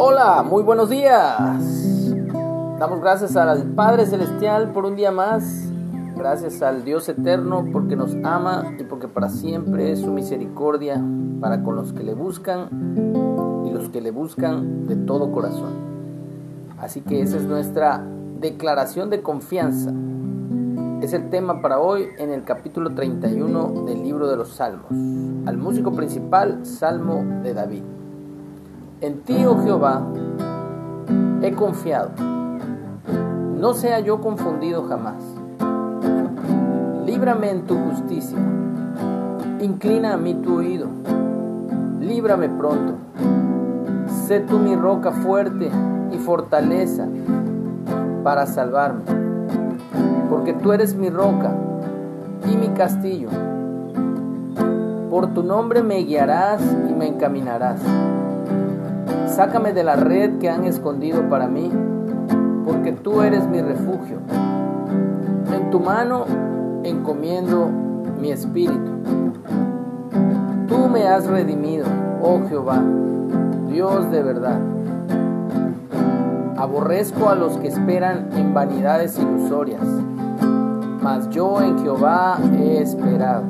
Hola, muy buenos días. Damos gracias al Padre Celestial por un día más. Gracias al Dios eterno porque nos ama y porque para siempre es su misericordia para con los que le buscan y los que le buscan de todo corazón. Así que esa es nuestra declaración de confianza. Es el tema para hoy en el capítulo 31 del libro de los Salmos. Al músico principal, Salmo de David. En ti, oh Jehová, he confiado. No sea yo confundido jamás. Líbrame en tu justicia. Inclina a mí tu oído. Líbrame pronto. Sé tú mi roca fuerte y fortaleza para salvarme. Porque tú eres mi roca y mi castillo. Por tu nombre me guiarás y me encaminarás. Sácame de la red que han escondido para mí, porque tú eres mi refugio. En tu mano encomiendo mi espíritu. Tú me has redimido, oh Jehová, Dios de verdad. Aborrezco a los que esperan en vanidades ilusorias, mas yo en Jehová he esperado.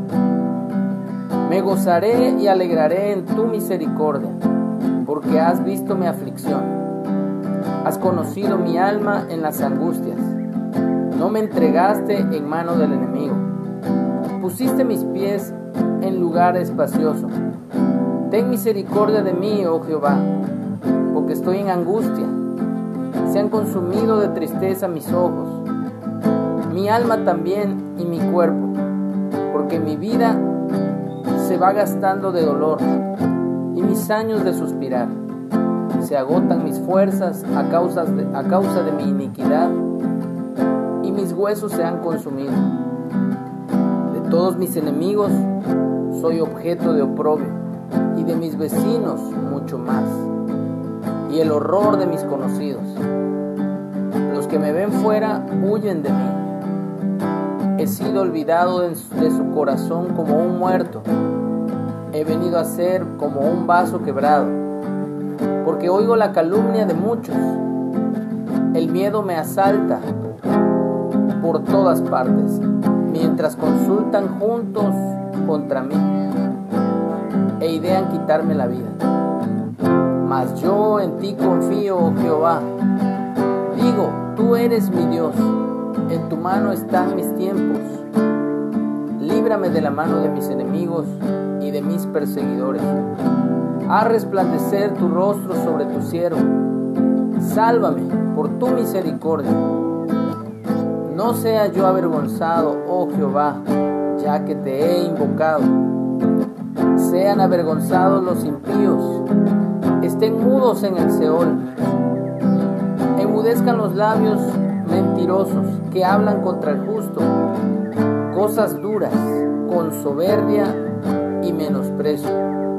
Me gozaré y alegraré en tu misericordia, porque has visto mi aflicción. Has conocido mi alma en las angustias. No me entregaste en mano del enemigo. Pusiste mis pies en lugar espacioso. Ten misericordia de mí, oh Jehová, porque estoy en angustia. Se han consumido de tristeza mis ojos, mi alma también y mi cuerpo, porque mi vida se va gastando de dolor y mis años de suspirar. Se agotan mis fuerzas a causa de mi iniquidad, y mis huesos se han consumido. De todos mis enemigos soy objeto de oprobio, y de mis vecinos mucho más, y el horror de mis conocidos. Los que me ven fuera huyen de mí. He sido olvidado de su corazón como un muerto. He venido a ser como un vaso quebrado, porque oigo la calumnia de muchos. El miedo me asalta por todas partes, mientras consultan juntos contra mí e idean quitarme la vida. Mas yo en ti confío, oh Jehová. Digo, tú eres mi Dios, en tu mano están mis tiempos. Líbrame de la mano de mis enemigos y de mis perseguidores. Haz resplandecer tu rostro sobre tu siervo. Sálvame por tu misericordia. No sea yo avergonzado, oh Jehová, ya que te he invocado. Sean avergonzados los impíos, estén mudos en el Seol. Enmudezcan los labios mentirosos que hablan contra el justo, cosas duras, con soberbia y menosprecio.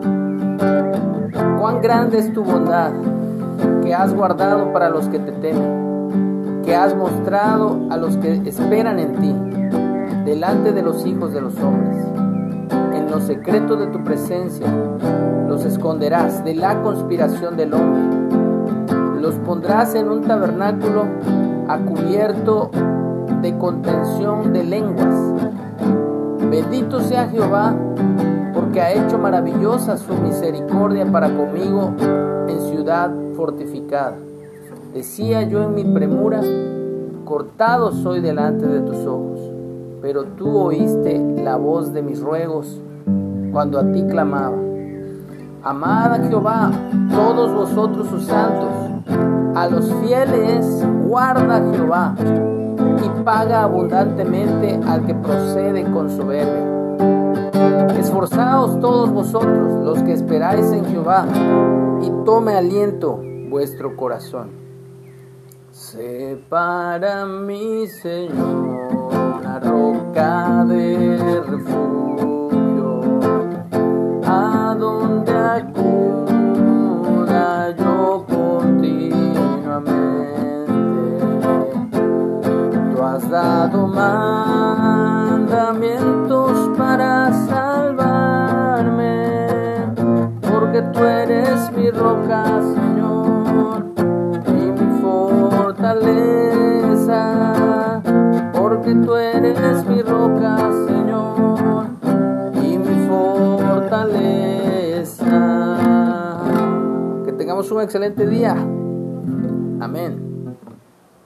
Cuán grande es tu bondad, que has guardado para los que te temen, que has mostrado a los que esperan en ti, delante de los hijos de los hombres. En lo secreto de tu presencia los esconderás de la conspiración del hombre. Los pondrás en un tabernáculo a cubierto de contención de lenguas. Bendito sea Jehová, porque ha hecho maravillosa su misericordia para conmigo en ciudad fortificada. Decía yo en mi premura, cortado soy delante de tus ojos, pero tú oíste la voz de mis ruegos cuando a ti clamaba. Amad a Jehová, todos vosotros sus santos. A los fieles guarda Jehová, y paga abundantemente al que procede con soberbia. Esforzaos todos vosotros, los que esperáis en Jehová, y tome aliento vuestro corazón. Sé para mí, Señor, una roca de refugio, a donde acuda yo continuamente. Tú has dado mandamientos para salvarme, porque tú eres mi roca, Señor. fortaleza, porque tú eres mi roca, Señor, y mi fortaleza. Que tengamos un excelente día. Amén.